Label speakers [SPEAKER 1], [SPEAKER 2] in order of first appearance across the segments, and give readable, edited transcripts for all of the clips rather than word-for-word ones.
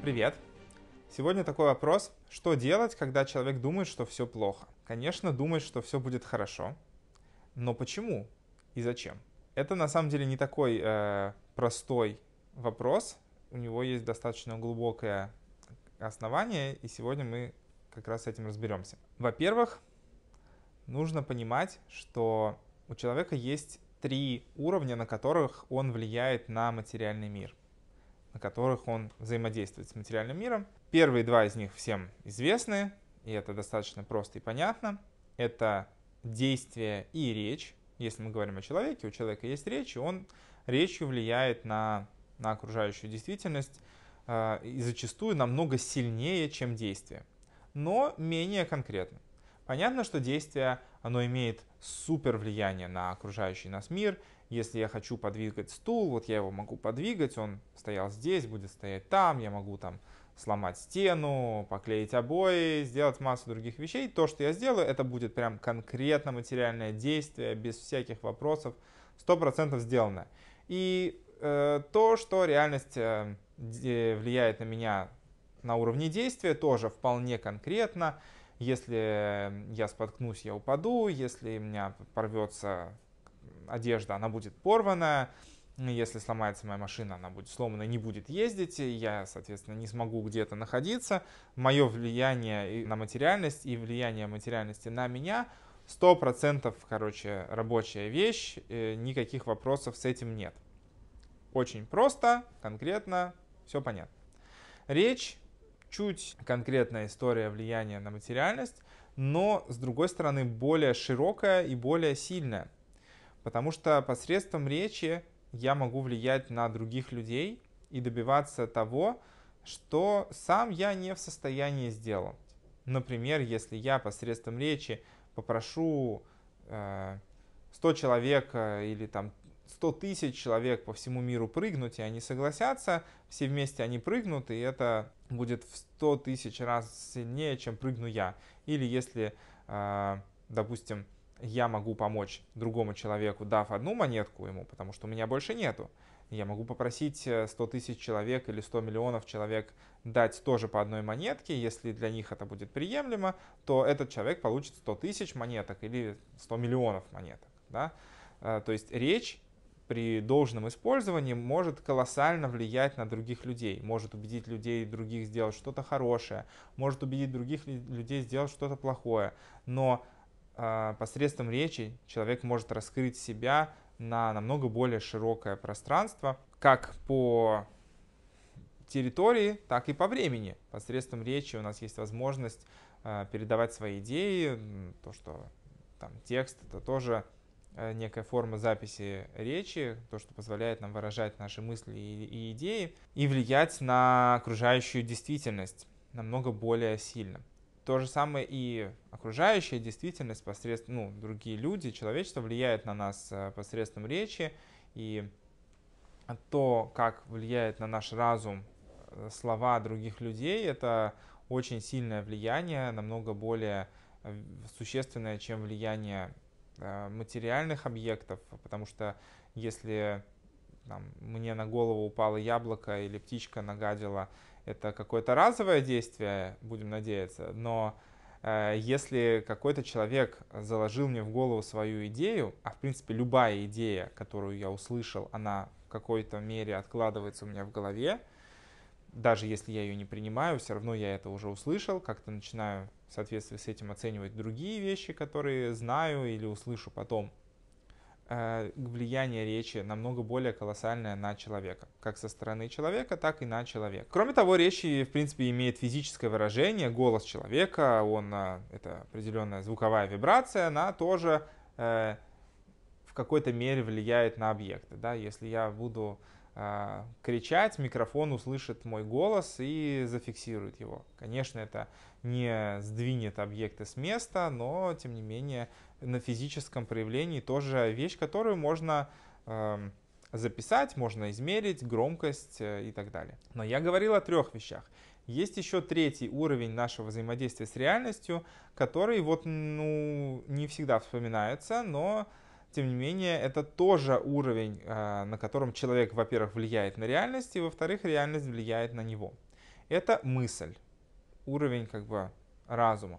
[SPEAKER 1] Привет! Сегодня такой вопрос. Что делать, когда человек думает, что все плохо? Конечно, думает, что все будет хорошо. Но почему и зачем? Это на самом деле не такой простой вопрос. У него есть достаточно глубокое основание, и сегодня мы как раз с этим разберемся. Во-первых, нужно понимать, что у человека есть три уровня, на которых он влияет на материальный мир, на которых он взаимодействует с материальным миром. Первые два из них всем известны, и это достаточно просто и понятно. Это действие и речь. Если мы говорим о человеке, у человека есть речь, и он речью влияет на окружающую действительность, и зачастую намного сильнее, чем действие, но менее конкретно. Понятно, что действие, оно имеет супер влияние на окружающий нас мир. Если я хочу подвигать стул, вот я его могу подвигать, он стоял здесь, будет стоять там, я могу там сломать стену, поклеить обои, сделать массу других вещей. То, что я сделаю, это будет прям конкретно материальное действие, без всяких вопросов, 100% сделано. И то, что реальность влияет на меня на уровне действия, тоже вполне конкретно. Если я споткнусь, я упаду, если у меня порвется одежда, она будет порвана, если сломается моя машина, она будет сломана и не будет ездить, я, соответственно, не смогу где-то находиться. Мое влияние на материальность и влияние материальности на меня 100%, короче, рабочая вещь, никаких вопросов с этим нет. Очень просто, конкретно, все понятно. Речь чуть конкретная история влияния на материальность, но, с другой стороны, более широкая и более сильная. Потому что посредством речи я могу влиять на других людей и добиваться того, что сам я не в состоянии сделать. Например, если я посредством речи попрошу 100 человек или там 100 тысяч человек по всему миру прыгнуть, и они согласятся, все вместе они прыгнут, и это будет в 100 тысяч раз сильнее, чем прыгну я. Или если, допустим, я могу помочь другому человеку, дав одну монетку ему, потому что у меня больше нету. Я могу попросить 100 тысяч человек или 100 миллионов человек дать тоже по одной монетке. Если для них это будет приемлемо, то этот человек получит 100 тысяч монеток или 100 миллионов монеток. Да? То есть речь при должном использовании может колоссально влиять на других людей, может убедить людей других сделать что-то хорошее, может убедить других людей сделать что-то плохое. Но посредством речи человек может раскрыть себя на намного более широкое пространство, как по территории, так и по времени. Посредством речи у нас есть возможность передавать свои идеи, то, что там текст, это тоже некая форма записи речи, то, что позволяет нам выражать наши мысли и идеи, и влиять на окружающую действительность намного более сильно. То же самое и окружающая действительность, посредством, другие люди, человечество влияет на нас посредством речи, и то, как влияет на наш разум слова других людей, это очень сильное влияние, намного более существенное, чем влияние материальных объектов, потому что если мне на голову упало яблоко или птичка нагадила, это какое-то разовое действие, будем надеяться, но если какой-то человек заложил мне в голову свою идею, а в принципе любая идея, которую я услышал, она в какой-то мере откладывается у меня в голове, даже если я ее не принимаю, все равно я это уже услышал, как-то начинаю в соответствии с этим оценивать другие вещи, которые знаю или услышу потом. Влияние речи намного более колоссальное на человека, как со стороны человека, так и на человека. Кроме того, речь, в принципе, имеет физическое выражение, голос человека, это определенная звуковая вибрация, она тоже в какой-то мере влияет на объекты. Да? Если я буду кричать, микрофон услышит мой голос и зафиксирует его. Конечно, это не сдвинет объекты с места, но, тем не менее, на физическом проявлении тоже вещь, которую можно записать, можно измерить, громкость и так далее. Но я говорил о трех вещах. Есть еще третий уровень нашего взаимодействия с реальностью, который не всегда вспоминается, но тем не менее, это тоже уровень, на котором человек, во-первых, влияет на реальность, и, во-вторых, реальность влияет на него. Это мысль, уровень как бы разума.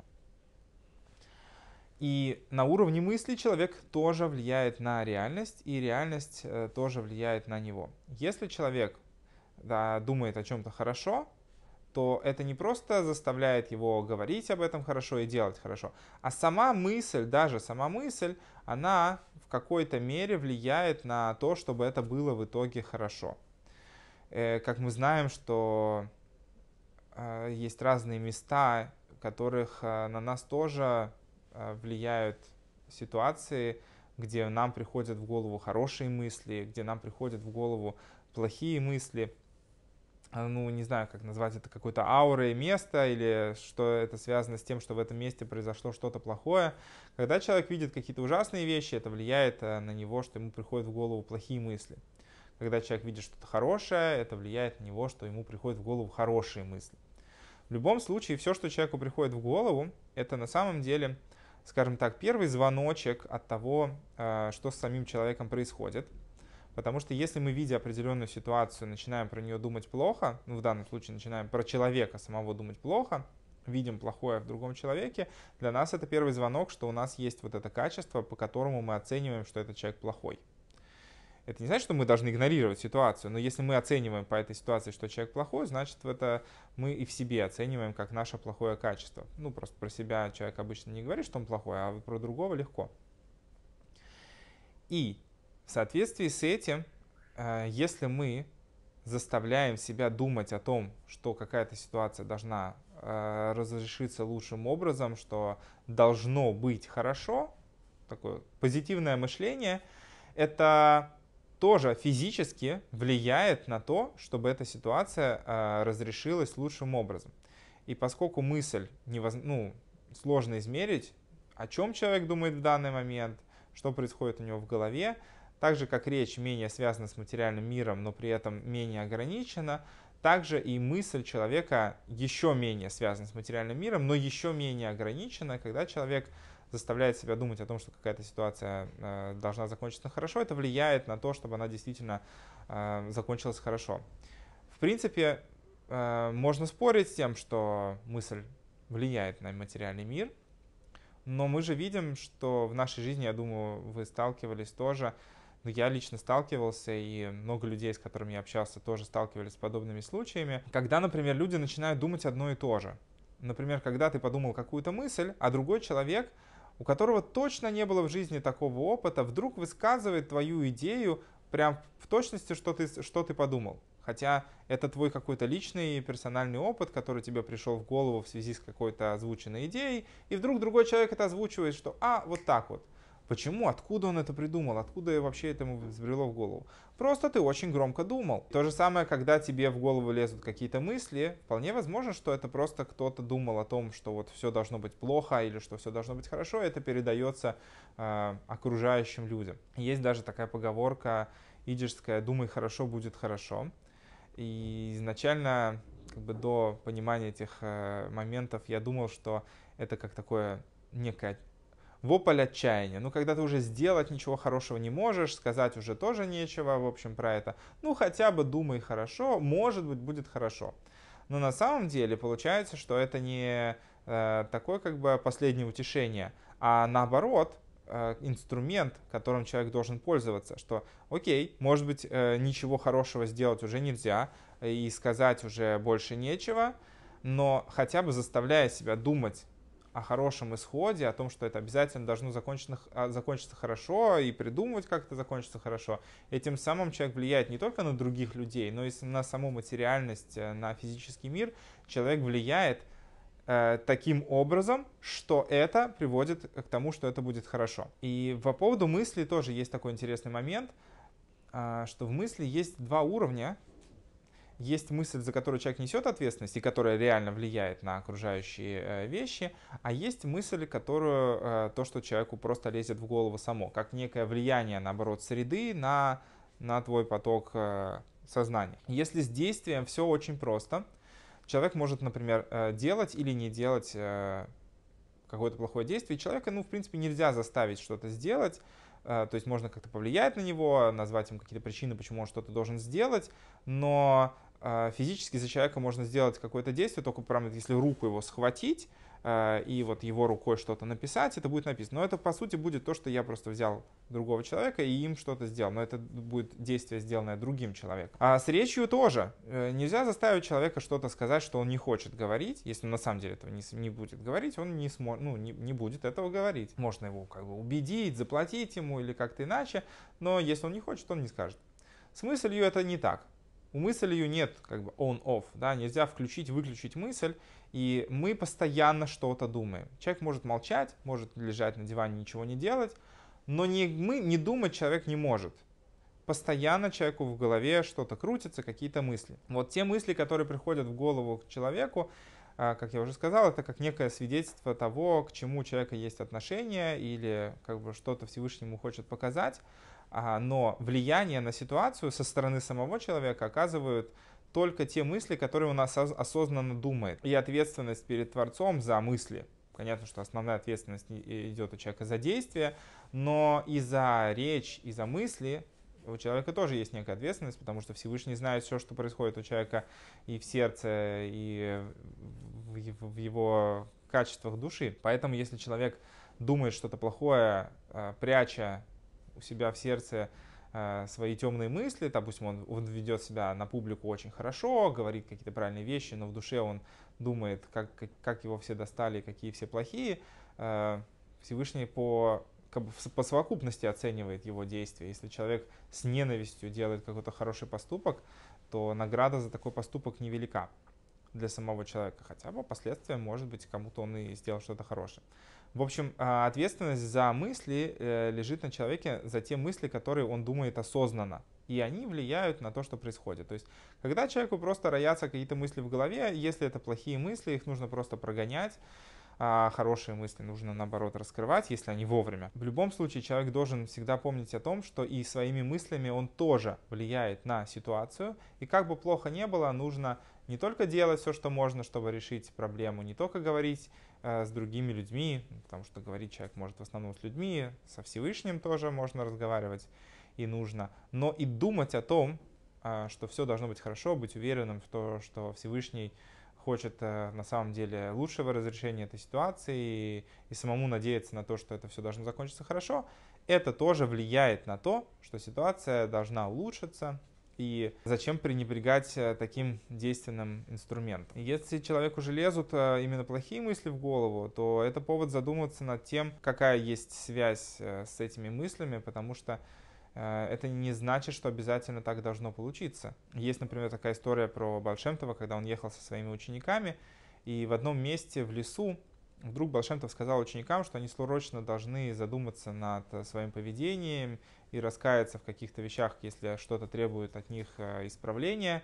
[SPEAKER 1] И на уровне мысли человек тоже влияет на реальность, и реальность тоже влияет на него. Если человек думает о чем-то хорошо, то это не просто заставляет его говорить об этом хорошо и делать хорошо, а сама мысль, даже сама мысль, она в какой-то мере влияет на то, чтобы это было в итоге хорошо. Как мы знаем, что есть разные места, в которых на нас тоже влияют ситуации, где нам приходят в голову хорошие мысли, где нам приходят в голову плохие мысли. Ну, не знаю, как назвать это, какой-то аурой места, или что это связано с тем, что в этом месте произошло что-то плохое. Когда человек видит какие-то ужасные вещи, это влияет на него, что ему приходят в голову плохие мысли. Когда человек видит что-то хорошее, это влияет на него, что ему приходят в голову хорошие мысли. В любом случае, все, что человеку приходит в голову, это на самом деле, скажем так, первый звоночек от того, что с самим человеком происходит. Потому что если мы, видя определенную ситуацию, начинаем про нее думать плохо, ну в данном случае начинаем про человека самого думать плохо, видим плохое в другом человеке, для нас это первый звонок, что у нас есть вот это качество, по которому мы оцениваем, что этот человек плохой. Это не значит, что мы должны игнорировать ситуацию, но если мы оцениваем по этой ситуации, что человек плохой, значит, это мы и в себе оцениваем как наше плохое качество. Ну, просто про себя человек обычно не говорит, что он плохой, а про другого легко. И в соответствии с этим, если мы заставляем себя думать о том, что какая-то ситуация должна разрешиться лучшим образом, что должно быть хорошо, такое позитивное мышление, это тоже физически влияет на то, чтобы эта ситуация разрешилась лучшим образом. И поскольку мысль сложно измерить, о чем человек думает в данный момент, что происходит у него в голове, так же как речь менее связана с материальным миром, но при этом менее ограничена, также и мысль человека еще менее связана с материальным миром, но еще менее ограничена, когда человек заставляет себя думать о том, что какая-то ситуация должна закончиться хорошо, это влияет на то, чтобы она действительно закончилась хорошо. В принципе, можно спорить с тем, что мысль влияет на материальный мир, но мы же видим, что в нашей жизни, я думаю, вы сталкивались тоже, но я лично сталкивался, и много людей, с которыми я общался, тоже сталкивались с подобными случаями, когда, например, люди начинают думать одно и то же. Например, когда ты подумал какую-то мысль, а другой человек, у которого точно не было в жизни такого опыта, вдруг высказывает твою идею прям в точности, что ты подумал. Хотя это твой какой-то личный персональный опыт, который тебе пришел в голову в связи с какой-то озвученной идеей, и вдруг другой человек это озвучивает, что вот так вот. Почему? Откуда он это придумал? Откуда вообще это ему взбрело в голову? Просто ты очень громко думал. То же самое, когда тебе в голову лезут какие-то мысли, вполне возможно, что это просто кто-то думал о том, что вот все должно быть плохо или что все должно быть хорошо, и это передается окружающим людям. Есть даже такая поговорка идишская «думай хорошо, будет хорошо». И изначально, до понимания этих моментов, я думал, что это как такое некое вопль отчаяния. Когда ты уже сделать ничего хорошего не можешь, сказать уже тоже нечего, в общем, про это. Хотя бы думай хорошо, может быть, будет хорошо. Но на самом деле получается, что это не такое последнее утешение, а наоборот, инструмент, которым человек должен пользоваться, что окей, может быть, ничего хорошего сделать уже нельзя, и сказать уже больше нечего, но хотя бы заставляя себя думать о хорошем исходе, о том, что это обязательно должно закончиться хорошо, и придумывать, как это закончится хорошо. Этим самым человек влияет не только на других людей, но и на саму материальность, на физический мир. Человек влияет таким образом, что это приводит к тому, что это будет хорошо. И по поводу мысли тоже есть такой интересный момент, что в мысли есть два уровня. Есть мысль, за которую человек несет ответственность и которая реально влияет на окружающие вещи, а есть мысль, то, что человеку просто лезет в голову само, как некое влияние, наоборот, среды на твой поток сознания. Если с действием все очень просто, человек может, например, делать или не делать какое-то плохое действие, человека, в принципе, нельзя заставить что-то сделать, то есть можно как-то повлиять на него, назвать ему какие-то причины, почему он что-то должен сделать, но физически за человека можно сделать какое-то действие, только прямо если руку его схватить, и вот его рукой что-то написать, это будет написано. Но это, по сути, будет то, что я просто взял другого человека и им что-то сделал. Но это будет действие, сделанное другим человеком. А с речью тоже. Нельзя заставить человека что-то сказать, что он не хочет говорить. Если он на самом деле этого не будет говорить, он не будет этого говорить. Можно его как бы убедить, заплатить ему или как-то иначе, но если он не хочет, он не скажет. С мыслью это не так. У мыслью нет как бы on-off, да, нельзя включить, выключить мысль, и мы постоянно что-то думаем. Человек может молчать, может лежать на диване, ничего не делать, но не думать человек не может. Постоянно человеку в голове что-то крутится, какие-то мысли. Вот те мысли, которые приходят в голову к человеку, как я уже сказал, это как некое свидетельство того, к чему у человека есть отношение или как бы что-то Всевышнему хочет показать. Но влияние на ситуацию со стороны самого человека оказывают только те мысли, которые он осознанно думает. И ответственность перед Творцом за мысли. Понятно, что основная ответственность идет у человека за действие, но и за речь, и за мысли у человека тоже есть некая ответственность, потому что Всевышний знает все, что происходит у человека и в сердце, и в его качествах души. Поэтому, если человек думает что-то плохое, пряча у себя в сердце свои темные мысли, допустим, он ведет себя на публику очень хорошо, говорит какие-то правильные вещи, но в душе он думает, как его все достали, какие все плохие, Всевышний по совокупности оценивает его действия. Если человек с ненавистью делает какой-то хороший поступок, то награда за такой поступок невелика для самого человека, хотя бы последствия, может быть, кому-то он и сделал что-то хорошее. В общем, ответственность за мысли лежит на человеке, за те мысли, которые он думает осознанно. И они влияют на то, что происходит. То есть, когда человеку просто роятся какие-то мысли в голове, если это плохие мысли, их нужно просто прогонять, а хорошие мысли нужно, наоборот, раскрывать, если они вовремя. В любом случае, человек должен всегда помнить о том, что и своими мыслями он тоже влияет на ситуацию. И как бы плохо ни было, нужно не только делать все, что можно, чтобы решить проблему, не только говорить с другими людьми, потому что говорить человек может в основном с людьми, со Всевышним тоже можно разговаривать и нужно, но и думать о том, что все должно быть хорошо, быть уверенным в том, что Всевышний хочет на самом деле лучшего разрешения этой ситуации и самому надеяться на то, что это все должно закончиться хорошо, это тоже влияет на то, что ситуация должна улучшиться. И зачем пренебрегать таким действенным инструментом? Если человеку уже лезут именно плохие мысли в голову, то это повод задуматься над тем, какая есть связь с этими мыслями, потому что это не значит, что обязательно так должно получиться. Есть, например, такая история про Баал Шем Това, когда он ехал со своими учениками, и в одном месте в лесу вдруг Баал Шем Това сказал ученикам, что они срочно должны задуматься над своим поведением и раскаяться в каких-то вещах, если что-то требует от них исправления,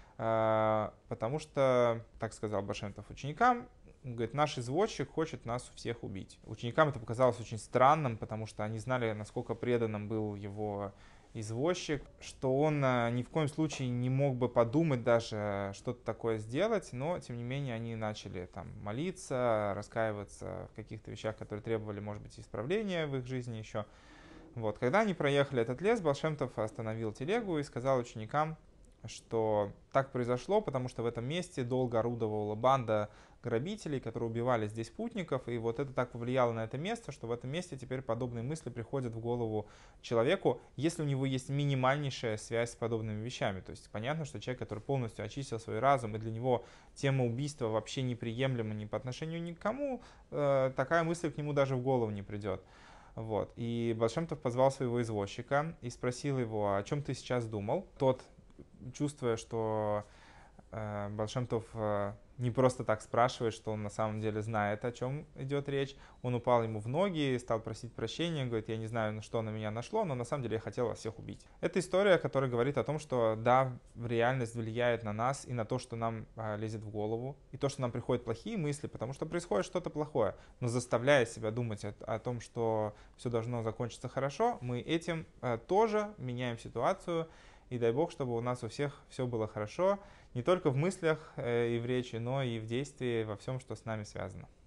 [SPEAKER 1] потому что, так сказал Баал Шем Това ученикам, он говорит, наш извозчик хочет нас всех убить. Ученикам это показалось очень странным, потому что они знали, насколько преданным был его извозчик, что он ни в коем случае не мог бы подумать даже что-то такое сделать, но тем не менее они начали там молиться, раскаиваться в каких-то вещах, которые требовали, может быть, исправления в их жизни еще. Вот. Когда они проехали этот лес, Баал Шем Това остановил телегу и сказал ученикам, что так произошло, потому что в этом месте долго орудовала банда грабителей, которые убивали здесь путников, и вот это так повлияло на это место, что в этом месте теперь подобные мысли приходят в голову человеку, если у него есть минимальнейшая связь с подобными вещами. То есть понятно, что человек, который полностью очистил свой разум, и для него тема убийства вообще неприемлема ни по отношению ни к кому, такая мысль к нему даже в голову не придет. Вот. И Баал Шем Това позвал своего извозчика и спросил его, о чем ты сейчас думал. Тот, чувствуя, что Баал Шем Това не просто так спрашивает, что он на самом деле знает, о чем идет речь. Он упал ему в ноги, стал просить прощения, говорит, я не знаю, на что на меня нашло, но на самом деле я хотел вас всех убить. Это история, которая говорит о том, что да, реальность влияет на нас и на то, что нам лезет в голову, и то, что нам приходят плохие мысли, потому что происходит что-то плохое. Но заставляя себя думать о том, что все должно закончиться хорошо, мы этим тоже меняем ситуацию, и дай Бог, чтобы у нас у всех все было хорошо, не только в мыслях и в речи, но и в действии, во всем, что с нами связано.